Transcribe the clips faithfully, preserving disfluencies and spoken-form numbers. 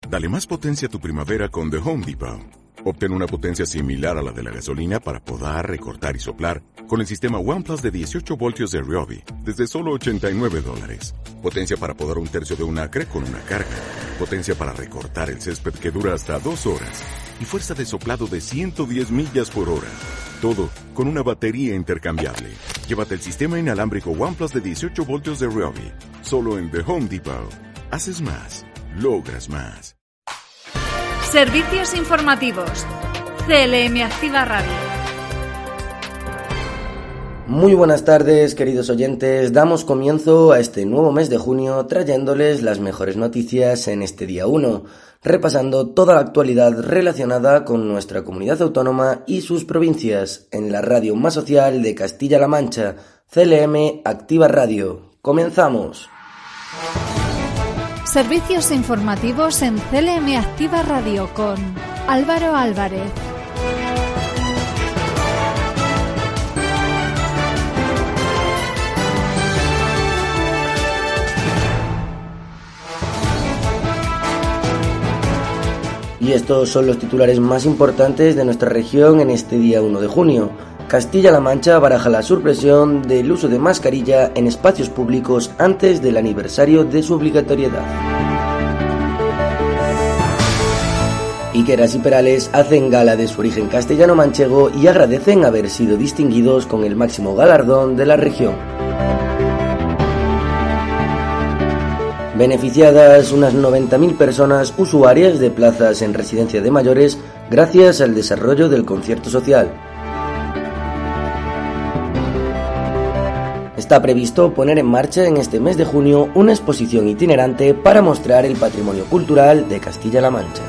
Dale más potencia a tu primavera con The Home Depot. Obtén una potencia similar a la de la gasolina para podar, recortar y soplar con el sistema OnePlus de dieciocho voltios de Ryobi desde solo ochenta y nueve dólares. Potencia para podar un tercio de un acre con una carga. Potencia para recortar el césped que dura hasta dos horas. Y fuerza de soplado de ciento diez millas por hora. Todo con una batería intercambiable. Llévate el sistema inalámbrico OnePlus de dieciocho voltios de Ryobi. Solo en The Home Depot. Haces más. Logras más. Servicios informativos. C L M Activa Radio. Muy buenas tardes, queridos oyentes. Damos comienzo a este nuevo mes de junio trayéndoles las mejores noticias en este día uno, repasando toda la actualidad relacionada con nuestra comunidad autónoma y sus provincias en la radio más social de Castilla-La Mancha, C L M Activa Radio. ¡Comenzamos! Servicios informativos en C L M Activa Radio con Álvaro Álvarez. Y estos son los titulares más importantes de nuestra región en este día uno de junio. Castilla-La Mancha baraja la supresión del uso de mascarilla en espacios públicos antes del aniversario de su obligatoriedad. Iqueras y Perales hacen gala de su origen castellano-manchego y agradecen haber sido distinguidos con el máximo galardón de la región. Beneficiadas unas noventa mil personas usuarias de plazas en residencia de mayores gracias al desarrollo del concierto social. Está previsto poner en marcha en este mes de junio una exposición itinerante para mostrar el patrimonio cultural de Castilla-La Mancha.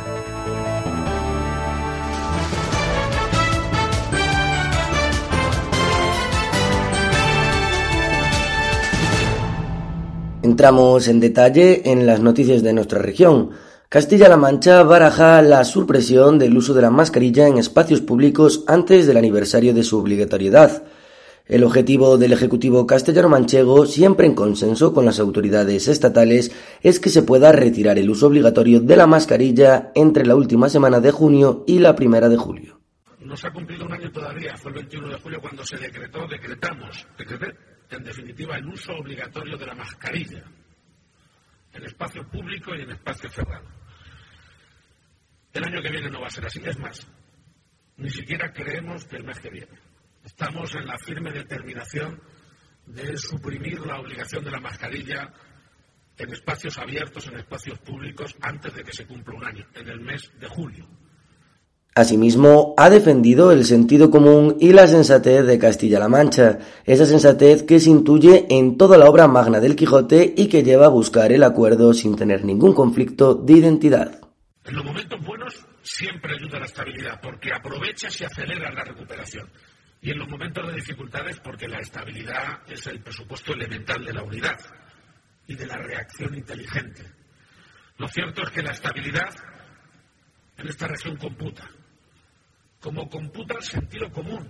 Entramos en detalle en las noticias de nuestra región. Castilla-La Mancha baraja la supresión del uso de la mascarilla en espacios públicos antes del aniversario de su obligatoriedad. El objetivo del Ejecutivo castellano-manchego, siempre en consenso con las autoridades estatales, es que se pueda retirar el uso obligatorio de la mascarilla entre la última semana de junio y la primera de julio. No se ha cumplido un año todavía, fue el veintiuno de julio cuando se decretó, decretamos, decreté, en definitiva, el uso obligatorio de la mascarilla en espacio público y en espacio cerrado. El año que viene no va a ser así, es más, ni siquiera creemos que el mes que viene. Estamos en la firme determinación de suprimir la obligación de la mascarilla en espacios abiertos, en espacios públicos, antes de que se cumpla un año, en el mes de julio. Asimismo, ha defendido el sentido común y la sensatez de Castilla-La Mancha, esa sensatez que se intuye en toda la obra magna del Quijote y que lleva a buscar el acuerdo sin tener ningún conflicto de identidad. En los momentos buenos siempre ayuda la estabilidad, porque aprovecha y acelera la recuperación. Y en los momentos de dificultades, porque la estabilidad es el presupuesto elemental de la unidad y de la reacción inteligente. Lo cierto es que la estabilidad en esta región computa, como computa el sentido común,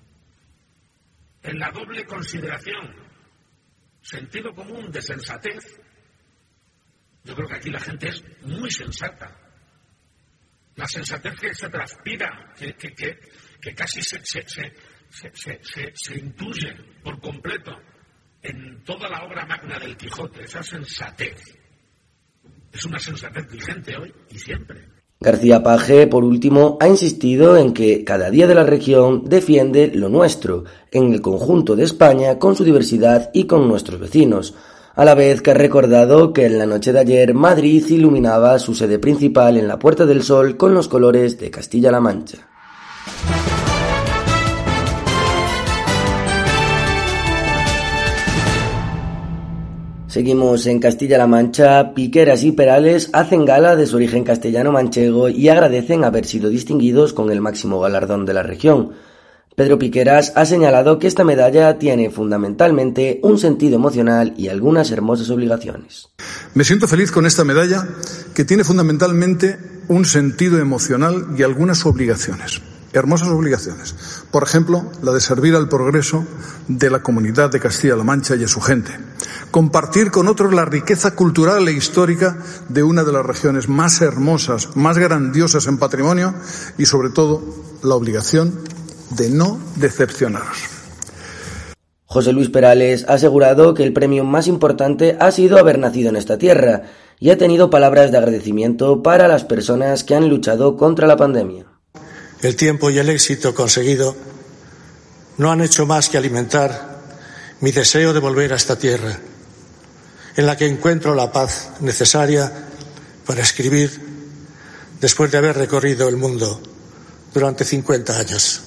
en la doble consideración, sentido común de sensatez. Yo creo que aquí la gente es muy sensata. La sensatez que se transpira, que, que, que, que casi se, se, se, se, se, se, se intuye por completo en toda la obra magna del Quijote, esa sensatez. Es una sensatez vigente hoy y siempre. García Page, por último, ha insistido en que cada día de la región defiende lo nuestro, en el conjunto de España, con su diversidad y con nuestros vecinos, a la vez que ha recordado que en la noche de ayer Madrid iluminaba su sede principal en la Puerta del Sol con los colores de Castilla-La Mancha. Seguimos en Castilla-La Mancha. Piqueras y Perales hacen gala de su origen castellano-manchego y agradecen haber sido distinguidos con el máximo galardón de la región. Pedro Piqueras ha señalado que esta medalla tiene fundamentalmente un sentido emocional y algunas hermosas obligaciones. Me siento feliz con esta medalla que tiene fundamentalmente un sentido emocional y algunas obligaciones. Hermosas obligaciones. Por ejemplo, la de servir al progreso de la comunidad de Castilla-La Mancha y a su gente, compartir con otros la riqueza cultural e histórica de una de las regiones más hermosas, más grandiosas en patrimonio y, sobre todo, la obligación de no decepcionaros. José Luis Perales ha asegurado que el premio más importante ha sido haber nacido en esta tierra y ha tenido palabras de agradecimiento para las personas que han luchado contra la pandemia. El tiempo y el éxito conseguido no han hecho más que alimentar mi deseo de volver a esta tierra, en la que encuentro la paz necesaria para escribir después de haber recorrido el mundo durante cincuenta años.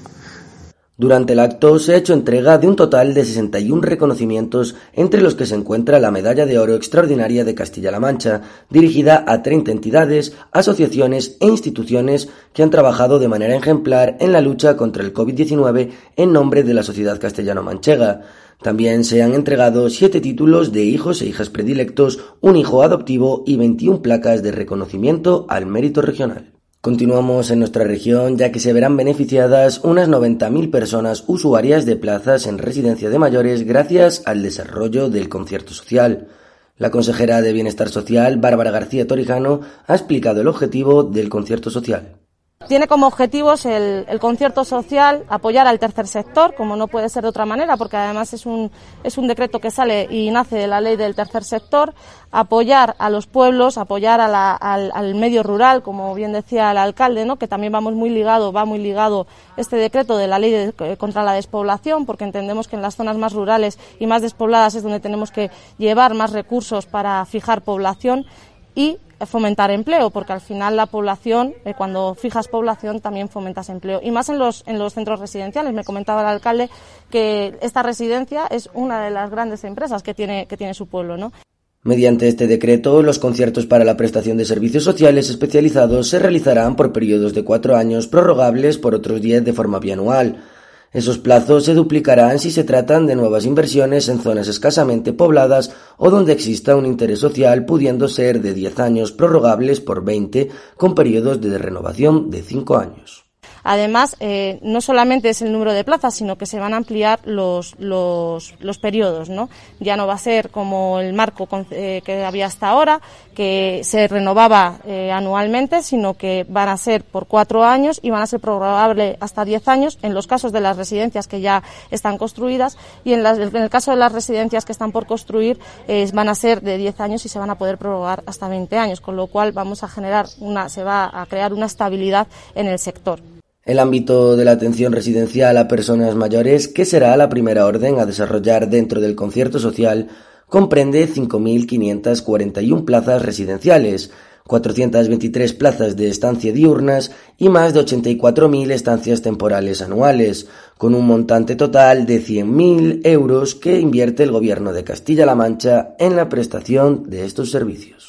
Durante el acto se ha hecho entrega de un total de sesenta y uno reconocimientos, entre los que se encuentra la Medalla de Oro Extraordinaria de Castilla-La Mancha, dirigida a treinta entidades, asociaciones e instituciones que han trabajado de manera ejemplar en la lucha contra el COVID diecinueve en nombre de la sociedad castellano-manchega. También se han entregado siete títulos de hijos e hijas predilectos, un hijo adoptivo y veintiuna placas de reconocimiento al mérito regional. Continuamos en nuestra región, ya que se verán beneficiadas unas noventa mil personas usuarias de plazas en residencia de mayores gracias al desarrollo del concierto social. La consejera de Bienestar Social, Bárbara García Torijano, ha explicado el objetivo del concierto social. Tiene como objetivos el, el concierto social, apoyar al tercer sector, como no puede ser de otra manera, porque además es un, es un decreto que sale y nace de la ley del tercer sector, apoyar a los pueblos, apoyar a la, al, al medio rural, como bien decía el alcalde, ¿no?, que también vamos muy ligado, va muy ligado este decreto de la ley de, contra la despoblación, porque entendemos que en las zonas más rurales y más despobladas es donde tenemos que llevar más recursos para fijar población y fomentar empleo, porque al final la población, eh, cuando fijas población también fomentas empleo, y más en los en los centros residenciales. Me comentaba el alcalde que esta residencia es una de las grandes empresas que tiene que tiene su pueblo, ¿no? Mediante este decreto, los conciertos para la prestación de servicios sociales especializados se realizarán por periodos de cuatro años, prorrogables por otros diez de forma bianual. Esos plazos se duplicarán si se tratan de nuevas inversiones en zonas escasamente pobladas o donde exista un interés social, pudiendo ser de diez años, prorrogables por veinte, con periodos de renovación de cinco años. Además, eh, no solamente es el número de plazas, sino que se van a ampliar los, los, los periodos, ¿no? Ya no va a ser como el marco eh, que había hasta ahora, que se renovaba eh, anualmente, sino que van a ser por cuatro años y van a ser prorrogables hasta diez años en los casos de las residencias que ya están construidas, y en, las, en el caso de las residencias que están por construir eh, van a ser de diez años y se van a poder prorrogar hasta veinte años, con lo cual vamos a generar una, se va a crear una estabilidad en el sector. El ámbito de la atención residencial a personas mayores, que será la primera orden a desarrollar dentro del concierto social, comprende cinco mil quinientas cuarenta y una plazas residenciales, cuatrocientas veintitrés plazas de estancia diurnas y más de ochenta y cuatro mil estancias temporales anuales, con un montante total de cien mil euros que invierte el Gobierno de Castilla-La Mancha en la prestación de estos servicios.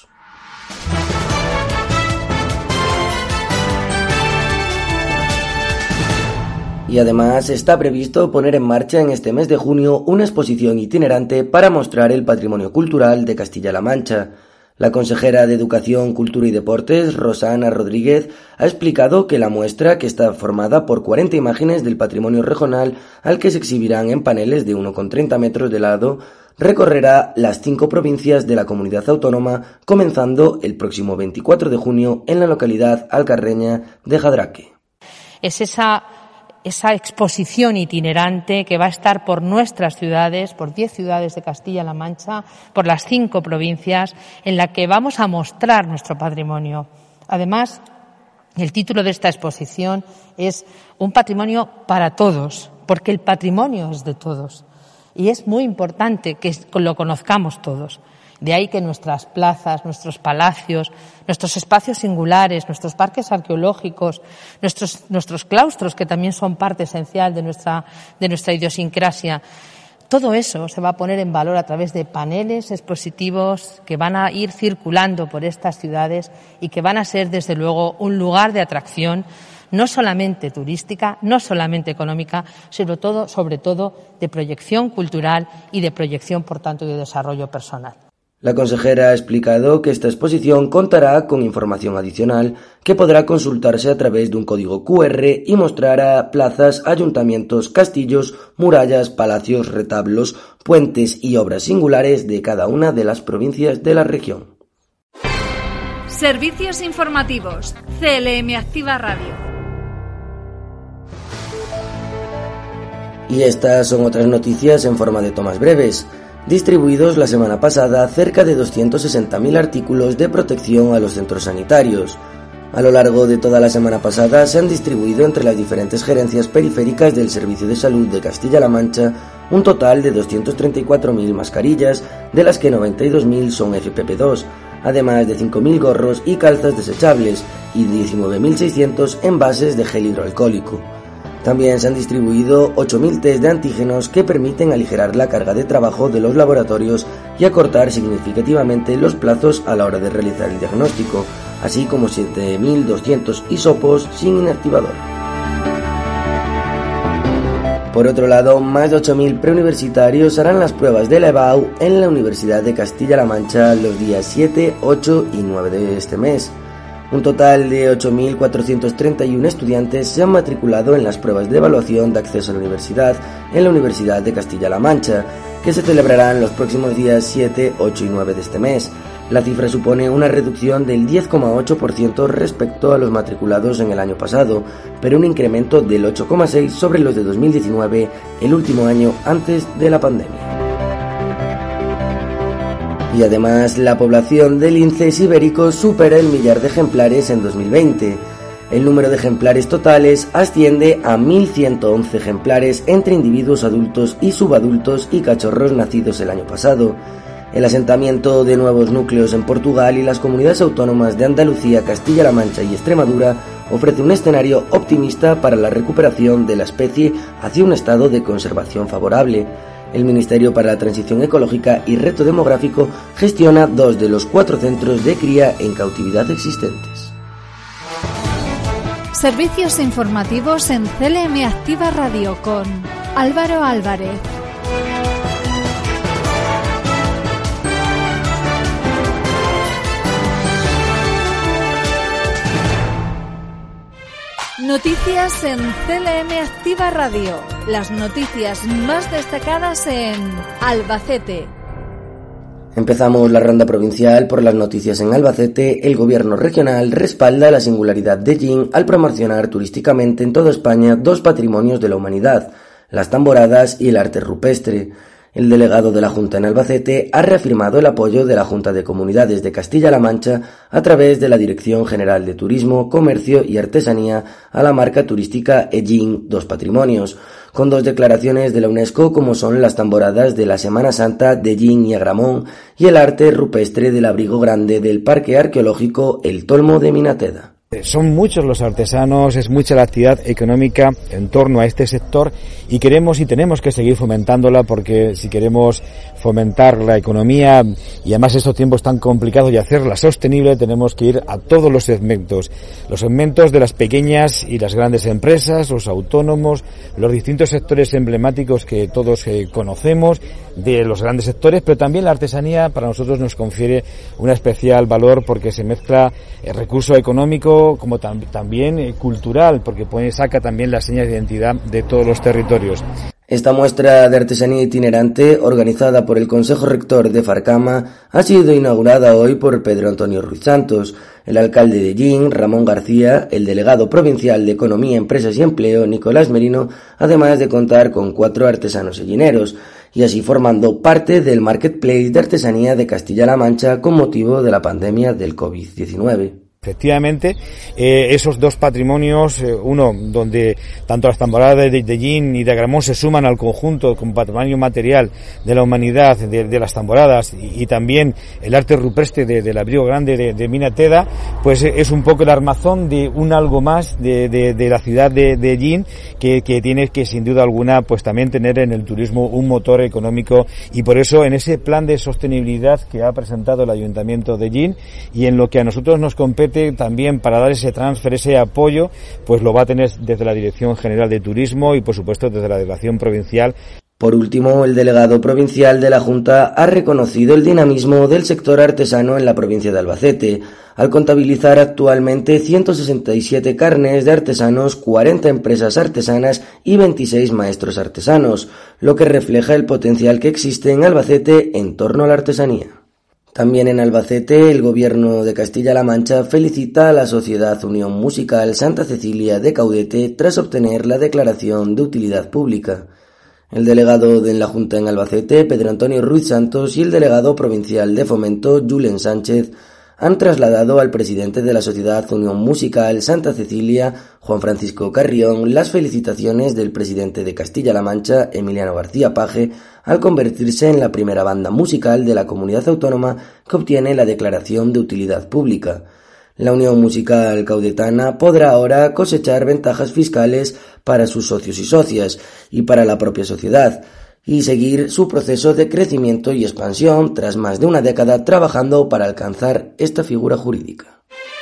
Y además está previsto poner en marcha en este mes de junio una exposición itinerante para mostrar el patrimonio cultural de Castilla-La Mancha. La consejera de Educación, Cultura y Deportes, Rosana Rodríguez, ha explicado que la muestra, que está formada por cuarenta imágenes del patrimonio regional al que se exhibirán en paneles de uno coma treinta metros de lado, recorrerá las cinco provincias de la comunidad autónoma, comenzando el próximo veinticuatro de junio en la localidad alcarreña de Jadraque. Es esa esa exposición itinerante que va a estar por nuestras ciudades, por diez ciudades de Castilla-La Mancha, por las cinco provincias, en la que vamos a mostrar nuestro patrimonio. Además, el título de esta exposición es Un patrimonio para todos, porque el patrimonio es de todos y es muy importante que lo conozcamos todos. De ahí que nuestras plazas, nuestros palacios, nuestros espacios singulares, nuestros parques arqueológicos, nuestros, nuestros claustros, que también son parte esencial de nuestra, de nuestra idiosincrasia, todo eso se va a poner en valor a través de paneles expositivos que van a ir circulando por estas ciudades y que van a ser, desde luego, un lugar de atracción no solamente turística, no solamente económica, sino todo, sobre todo de proyección cultural y de proyección, por tanto, de desarrollo personal. La consejera ha explicado que esta exposición contará con información adicional que podrá consultarse a través de un código cu erre y mostrará plazas, ayuntamientos, castillos, murallas, palacios, retablos, puentes y obras singulares de cada una de las provincias de la región. Servicios informativos. C L M Activa Radio. Y estas son otras noticias en forma de tomas breves. Distribuidos la semana pasada cerca de doscientos sesenta mil artículos de protección a los centros sanitarios. A lo largo de toda la semana pasada se han distribuido entre las diferentes gerencias periféricas del Servicio de Salud de Castilla-La Mancha un total de doscientos treinta y cuatro mil mascarillas, de las que noventa y dos mil son efe pe pe dos, además de cinco mil gorros y calzas desechables y diecinueve mil seiscientos envases de gel hidroalcohólico. También se han distribuido ocho mil test de antígenos que permiten aligerar la carga de trabajo de los laboratorios y acortar significativamente los plazos a la hora de realizar el diagnóstico, así como siete mil doscientos hisopos sin inactivador. Por otro lado, más de ocho mil preuniversitarios harán las pruebas de la E B A U en la Universidad de Castilla-La Mancha los días siete, ocho y nueve de este mes. Un total de ocho mil cuatrocientos treinta y uno estudiantes se han matriculado en las pruebas de evaluación de acceso a la universidad en la Universidad de Castilla-La Mancha, que se celebrarán los próximos días siete, ocho y nueve de este mes. La cifra supone una reducción del diez coma ocho por ciento respecto a los matriculados en el año pasado, pero un incremento del ocho coma seis por ciento sobre los de dos mil diecinueve, el último año antes de la pandemia. Y además, la población de linces ibéricos supera el millar de ejemplares en dos mil veinte. El número de ejemplares totales asciende a mil ciento once ejemplares entre individuos adultos y subadultos y cachorros nacidos el año pasado. El asentamiento de nuevos núcleos en Portugal y las comunidades autónomas de Andalucía, Castilla-La Mancha y Extremadura ofrece un escenario optimista para la recuperación de la especie hacia un estado de conservación favorable. El Ministerio para la Transición Ecológica y Reto Demográfico gestiona dos de los cuatro centros de cría en cautividad existentes. Servicios informativos en C L M Activa Radio con Álvaro Álvarez. Noticias en C L M Activa Radio. Las noticias más destacadas en Albacete. Empezamos la ronda provincial por las noticias en Albacete. El gobierno regional respalda la singularidad de Jin al promocionar turísticamente en toda España dos patrimonios de la humanidad, las tamboradas y el arte rupestre. El delegado de la Junta en Albacete ha reafirmado el apoyo de la Junta de Comunidades de Castilla-La Mancha a través de la Dirección General de Turismo, Comercio y Artesanía a la marca turística Ejin Dos Patrimonios, con dos declaraciones de la UNESCO como son las tamboradas de la Semana Santa de Ejin y Agramón y el arte rupestre del abrigo grande del Parque Arqueológico El Tolmo de Minateda. Son muchos los artesanos, es mucha la actividad económica en torno a este sector y queremos y tenemos que seguir fomentándola porque si queremos fomentar la economía y además estos tiempos tan complicados y hacerla sostenible tenemos que ir a todos los segmentos, los segmentos de las pequeñas y las grandes empresas, los autónomos, los distintos sectores emblemáticos que todos eh, conocemos, de los grandes sectores, pero también la artesanía para nosotros nos confiere un especial valor porque se mezcla el recurso económico como tam- también eh, cultural, porque pone, saca también las señas de identidad de todos los territorios. Esta muestra de artesanía itinerante, organizada por el Consejo Rector de Farcama, ha sido inaugurada hoy por Pedro Antonio Ruiz Santos, el alcalde de Ejin, Ramón García, el delegado provincial de Economía, Empresas y Empleo, Nicolás Merino, además de contar con cuatro artesanos ejineros, y así formando parte del Marketplace de Artesanía de Castilla-La Mancha con motivo de la pandemia del covid diecinueve. Efectivamente, eh, esos dos patrimonios, eh, uno donde tanto las tamboradas de Ejin y de Agramón se suman al conjunto como patrimonio material de la humanidad de, de las tamboradas y, y también el arte rupestre de, del abrigo grande de, de Minateda, pues eh, es un poco el armazón de un algo más de, de, de la ciudad de, de Ejin que, que tiene que sin duda alguna pues también tener en el turismo un motor económico y por eso en ese plan de sostenibilidad que ha presentado el Ayuntamiento de Ejin y en lo que a nosotros nos compete también para dar ese transfer, ese apoyo, pues lo va a tener desde la Dirección General de Turismo y por supuesto desde la Delegación Provincial. Por último, el delegado provincial de la Junta ha reconocido el dinamismo del sector artesano en la provincia de Albacete, al contabilizar actualmente ciento sesenta y siete carnés de artesanos, cuarenta empresas artesanas y veintiséis maestros artesanos, lo que refleja el potencial que existe en Albacete en torno a la artesanía. También en Albacete, el Gobierno de Castilla-La Mancha felicita a la Sociedad Unión Musical Santa Cecilia de Caudete tras obtener la declaración de utilidad pública. El delegado de la Junta en Albacete, Pedro Antonio Ruiz Santos, y el delegado provincial de Fomento, Julen Sánchez, han trasladado al presidente de la Sociedad Unión Musical Santa Cecilia, Juan Francisco Carrión, las felicitaciones del presidente de Castilla-La Mancha, Emiliano García Paje, al convertirse en la primera banda musical de la comunidad autónoma que obtiene la declaración de utilidad pública. La Unión Musical Caudetana podrá ahora cosechar ventajas fiscales para sus socios y socias y para la propia sociedad, y seguir su proceso de crecimiento y expansión tras más de una década trabajando para alcanzar esta figura jurídica.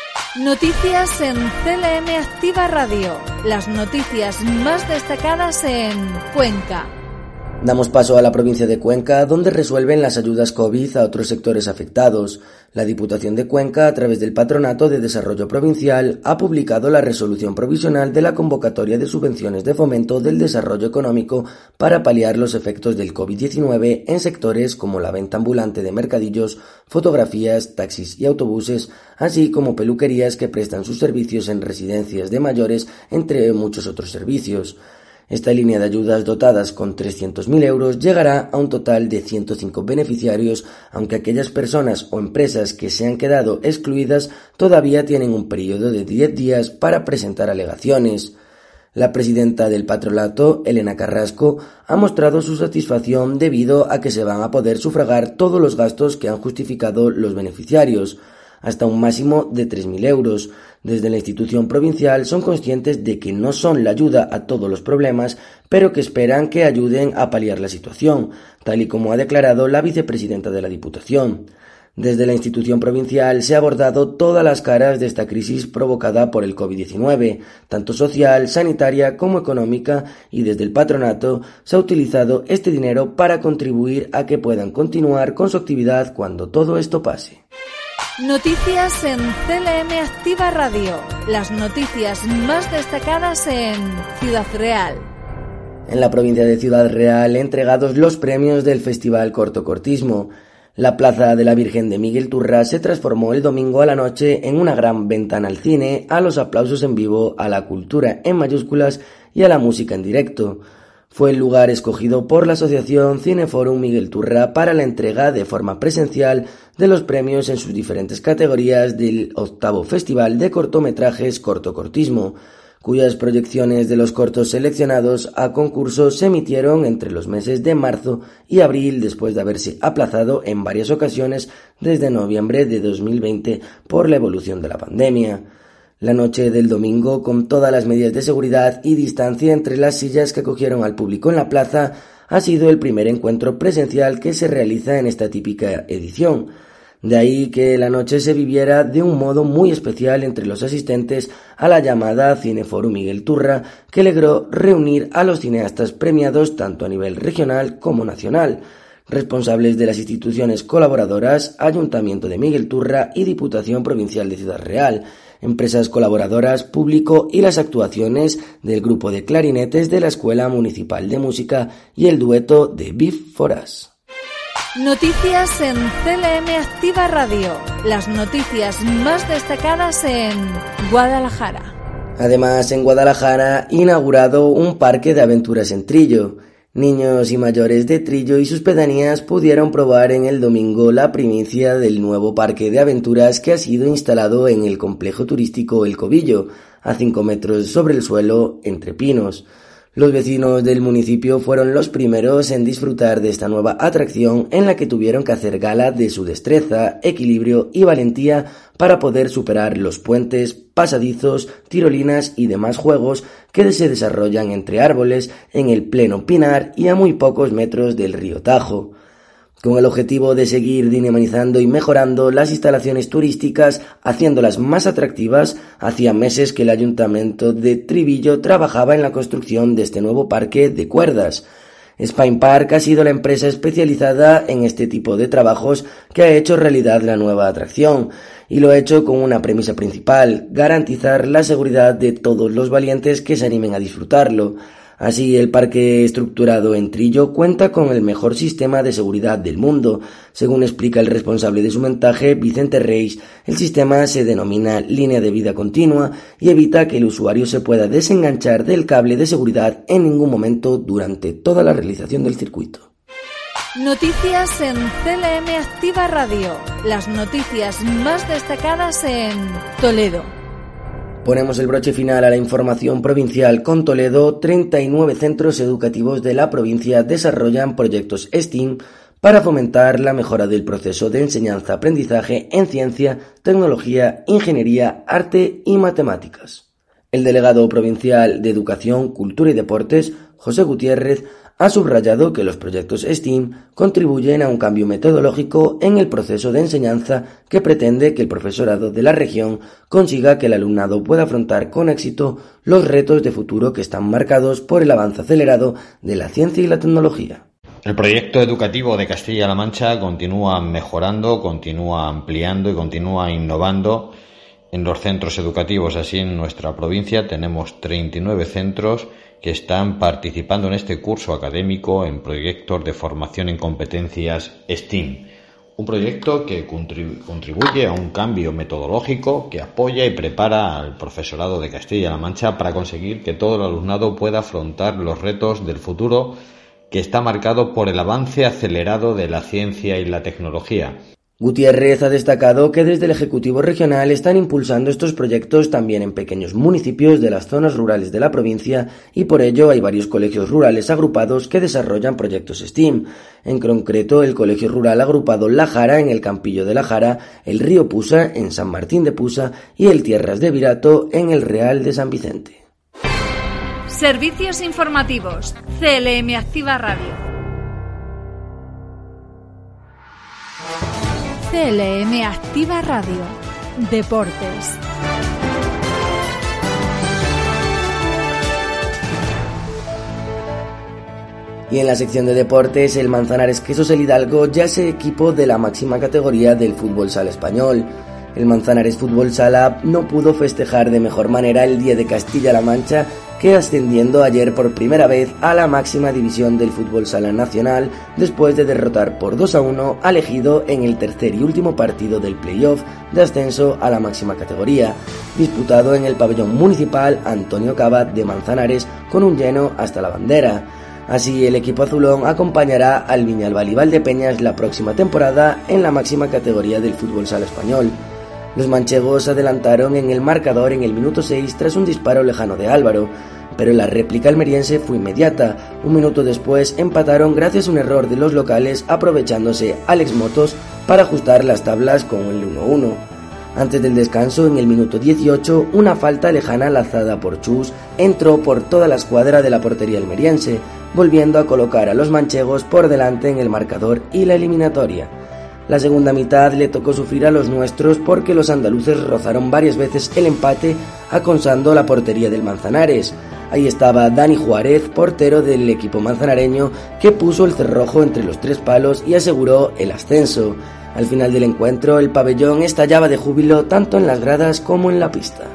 Noticias en C L M Activa Radio. Las noticias más destacadas en Cuenca. Damos paso a la provincia de Cuenca, donde resuelven las ayudas COVID a otros sectores afectados. La Diputación de Cuenca, a través del Patronato de Desarrollo Provincial, ha publicado la resolución provisional de la convocatoria de subvenciones de fomento del desarrollo económico para paliar los efectos del COVID diecinueve en sectores como la venta ambulante de mercadillos, fotografías, taxis y autobuses, así como peluquerías que prestan sus servicios en residencias de mayores, entre muchos otros servicios. Esta línea de ayudas, dotadas con trescientos mil euros, llegará a un total de ciento cinco beneficiarios, aunque aquellas personas o empresas que se han quedado excluidas todavía tienen un periodo de diez días para presentar alegaciones. La presidenta del patronato, Elena Carrasco, ha mostrado su satisfacción debido a que se van a poder sufragar todos los gastos que han justificado los beneficiarios, hasta un máximo de tres mil euros. Desde la institución provincial son conscientes de que no son la ayuda a todos los problemas, pero que esperan que ayuden a paliar la situación, tal y como ha declarado la vicepresidenta de la Diputación. Desde la institución provincial se ha abordado todas las caras de esta crisis provocada por el COVID diecinueve, tanto social, sanitaria como económica, y desde el patronato se ha utilizado este dinero para contribuir a que puedan continuar con su actividad cuando todo esto pase. Noticias en C L M Activa Radio. Las noticias más destacadas en Ciudad Real. En la provincia de Ciudad Real, entregados los premios del Festival Cortocortismo. La Plaza de la Virgen de Miguel Turra se transformó el domingo a la noche en una gran ventana al cine, a los aplausos en vivo, a la cultura en mayúsculas y a la música en directo. Fue el lugar escogido por la Asociación Cineforum Miguel Turra para la entrega de forma presencial de los premios en sus diferentes categorías del octavo Festival de Cortometrajes Cortocortismo, cuyas proyecciones de los cortos seleccionados a concurso se emitieron entre los meses de marzo y abril, después de haberse aplazado en varias ocasiones desde noviembre de dos mil veinte por la evolución de la pandemia. La noche del domingo, con todas las medidas de seguridad y distancia entre las sillas que acogieron al público en la plaza, ha sido el primer encuentro presencial que se realiza en esta típica edición. De ahí que la noche se viviera de un modo muy especial entre los asistentes a la llamada Cineforum Miguel Turra, que logró reunir a los cineastas premiados tanto a nivel regional como nacional, responsables de las instituciones colaboradoras, Ayuntamiento de Miguel Turra y Diputación Provincial de Ciudad Real, empresas colaboradoras, público y las actuaciones del grupo de clarinetes de la Escuela Municipal de Música y el dueto de Beef for Us. Noticias en C L M Activa Radio. Las noticias más destacadas en Guadalajara. Además, en Guadalajara, inaugurado un parque de aventuras en Trillo. Niños y mayores de Trillo y sus pedanías pudieron probar en el domingo la primicia del nuevo parque de aventuras que ha sido instalado en el complejo turístico El Cobillo, a cinco metros sobre el suelo, entre pinos. Los vecinos del municipio fueron los primeros en disfrutar de esta nueva atracción, en la que tuvieron que hacer gala de su destreza, equilibrio y valentía para poder superar los puentes, pasadizos, tirolinas y demás juegos que se desarrollan entre árboles en el pleno Pinar y a muy pocos metros del río Tajo. Con el objetivo de seguir dinamizando y mejorando las instalaciones turísticas, haciéndolas más atractivas, hacía meses que el Ayuntamiento de Trivillo trabajaba en la construcción de este nuevo parque de cuerdas. Spine Park ha sido la empresa especializada en este tipo de trabajos que ha hecho realidad la nueva atracción, y lo ha hecho con una premisa principal: garantizar la seguridad de todos los valientes que se animen a disfrutarlo. Así, el parque estructurado en Trillo cuenta con el mejor sistema de seguridad del mundo. Según explica el responsable de su montaje, Vicente Reis, el sistema se denomina línea de vida continua y evita que el usuario se pueda desenganchar del cable de seguridad en ningún momento durante toda la realización del circuito. Noticias en C L M Activa Radio. Las noticias más destacadas en Toledo. Ponemos el broche final a la información provincial con Toledo. treinta y nueve centros educativos de la provincia desarrollan proyectos STEAM para fomentar la mejora del proceso de enseñanza-aprendizaje en ciencia, tecnología, ingeniería, arte y matemáticas. El delegado provincial de Educación, Cultura y Deportes, José Gutiérrez, ha subrayado que los proyectos STEAM contribuyen a un cambio metodológico en el proceso de enseñanza que pretende que el profesorado de la región consiga que el alumnado pueda afrontar con éxito los retos de futuro que están marcados por el avance acelerado de la ciencia y la tecnología. El proyecto educativo de Castilla-La Mancha continúa mejorando, continúa ampliando y continúa innovando en los centros educativos. Así, en nuestra provincia tenemos treinta y nueve centros que están participando en este curso académico en proyectos de formación en competencias STEAM. Un proyecto que contribuye a un cambio metodológico que apoya y prepara al profesorado de Castilla-La Mancha para conseguir que todo el alumnado pueda afrontar los retos del futuro, que está marcado por el avance acelerado de la ciencia y la tecnología. Gutiérrez ha destacado que desde el Ejecutivo Regional están impulsando estos proyectos también en pequeños municipios de las zonas rurales de la provincia, y por ello hay varios colegios rurales agrupados que desarrollan proyectos STEAM. En concreto, el Colegio Rural Agrupado La Jara en el Campillo de La Jara, el Río Pusa en San Martín de Pusa y el Tierras de Virato en el Real de San Vicente. Servicios informativos. C L M Activa Radio. C L M Activa Radio. Deportes. Y en la sección de deportes, el Manzanares Quesos El Hidalgo ya es equipo de la máxima categoría del fútbol sala español. El Manzanares Fútbol Sala no pudo festejar de mejor manera el Día de Castilla-La Mancha, que ascendiendo ayer por primera vez a la máxima división del fútbol sala nacional, después de derrotar por dos a uno al Ejido en el tercer y último partido del playoff de ascenso a la máxima categoría, disputado en el pabellón municipal Antonio Cava de Manzanares con un lleno hasta la bandera. Así, el equipo azulón acompañará al Viñalbal y Valdepeñas la próxima temporada en la máxima categoría del fútbol sala español. Los manchegos adelantaron en el marcador en el minuto seis tras un disparo lejano de Álvaro, pero la réplica almeriense fue inmediata. Un minuto después empataron gracias a un error de los locales, aprovechándose Alex Motos para ajustar las tablas con el uno uno. Antes del descanso, en el minuto dieciocho, una falta lejana lanzada por Chus entró por toda la escuadra de la portería almeriense, volviendo a colocar a los manchegos por delante en el marcador y la eliminatoria. La segunda mitad le tocó sufrir a los nuestros porque los andaluces rozaron varias veces el empate aconsando la portería del Manzanares. Ahí estaba Dani Juárez, portero del equipo manzanareño, que puso el cerrojo entre los tres palos y aseguró el ascenso. Al final del encuentro, el pabellón estallaba de júbilo tanto en las gradas como en la pista.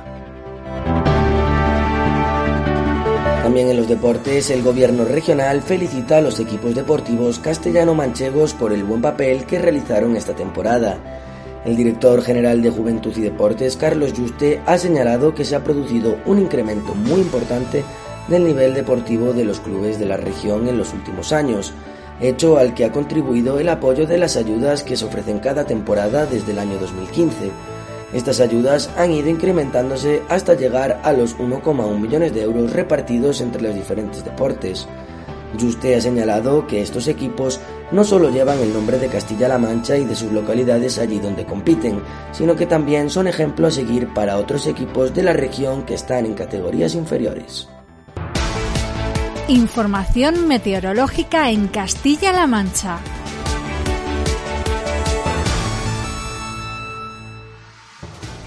También en los deportes, el gobierno regional felicita a los equipos deportivos castellano-manchegos por el buen papel que realizaron esta temporada. El director general de Juventud y Deportes, Carlos Yuste, ha señalado que se ha producido un incremento muy importante del nivel deportivo de los clubes de la región en los últimos años, hecho al que ha contribuido el apoyo de las ayudas que se ofrecen cada temporada desde el año dos mil quince. Estas ayudas han ido incrementándose hasta llegar a los uno coma uno millones de euros repartidos entre los diferentes deportes. Yuste ha señalado que estos equipos no solo llevan el nombre de Castilla-La Mancha y de sus localidades allí donde compiten, sino que también son ejemplo a seguir para otros equipos de la región que están en categorías inferiores. Información meteorológica en Castilla-La Mancha.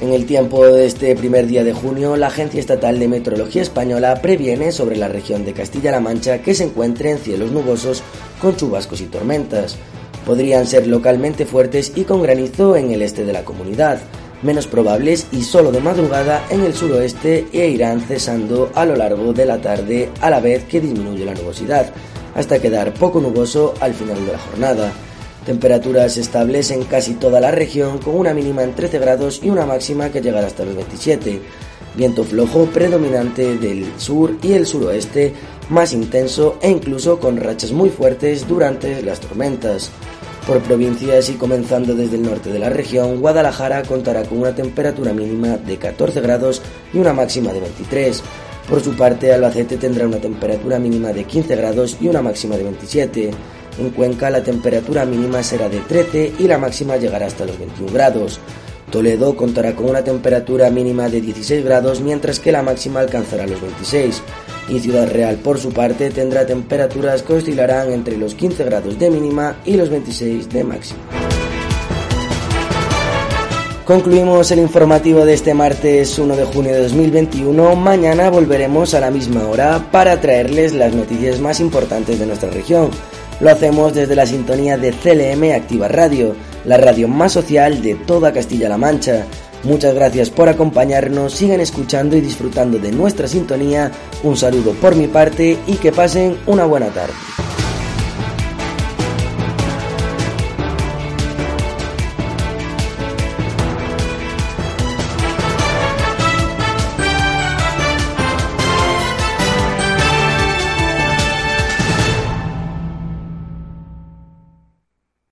En el tiempo de este primer día de junio, la Agencia Estatal de Meteorología Española previene sobre la región de Castilla-La Mancha que se encuentre en cielos nubosos con chubascos y tormentas. Podrían ser localmente fuertes y con granizo en el este de la comunidad, menos probables y solo de madrugada en el suroeste, e irán cesando a lo largo de la tarde a la vez que disminuye la nubosidad, hasta quedar poco nuboso al final de la jornada. Temperaturas estables en casi toda la región, con una mínima en trece grados y una máxima que llegará hasta los veintisiete. Viento flojo predominante del sur y el suroeste, más intenso e incluso con rachas muy fuertes durante las tormentas. Por provincias y comenzando desde el norte de la región, Guadalajara contará con una temperatura mínima de catorce grados y una máxima de veintitrés. Por su parte, Albacete tendrá una temperatura mínima de quince grados y una máxima de veintisiete. En Cuenca la temperatura mínima será de trece y la máxima llegará hasta los veintiún grados. Toledo contará con una temperatura mínima de dieciséis grados, mientras que la máxima alcanzará los veintiséis. Y Ciudad Real, por su parte, tendrá temperaturas que oscilarán entre los quince grados de mínima y los veintiséis de máxima. Concluimos el informativo de este martes uno de junio de dos mil veintiuno. Mañana volveremos a la misma hora para traerles las noticias más importantes de nuestra región. Lo hacemos desde la sintonía de C L M Activa Radio, la radio más social de toda Castilla-La Mancha. Muchas gracias por acompañarnos, sigan escuchando y disfrutando de nuestra sintonía. Un saludo por mi parte y que pasen una buena tarde.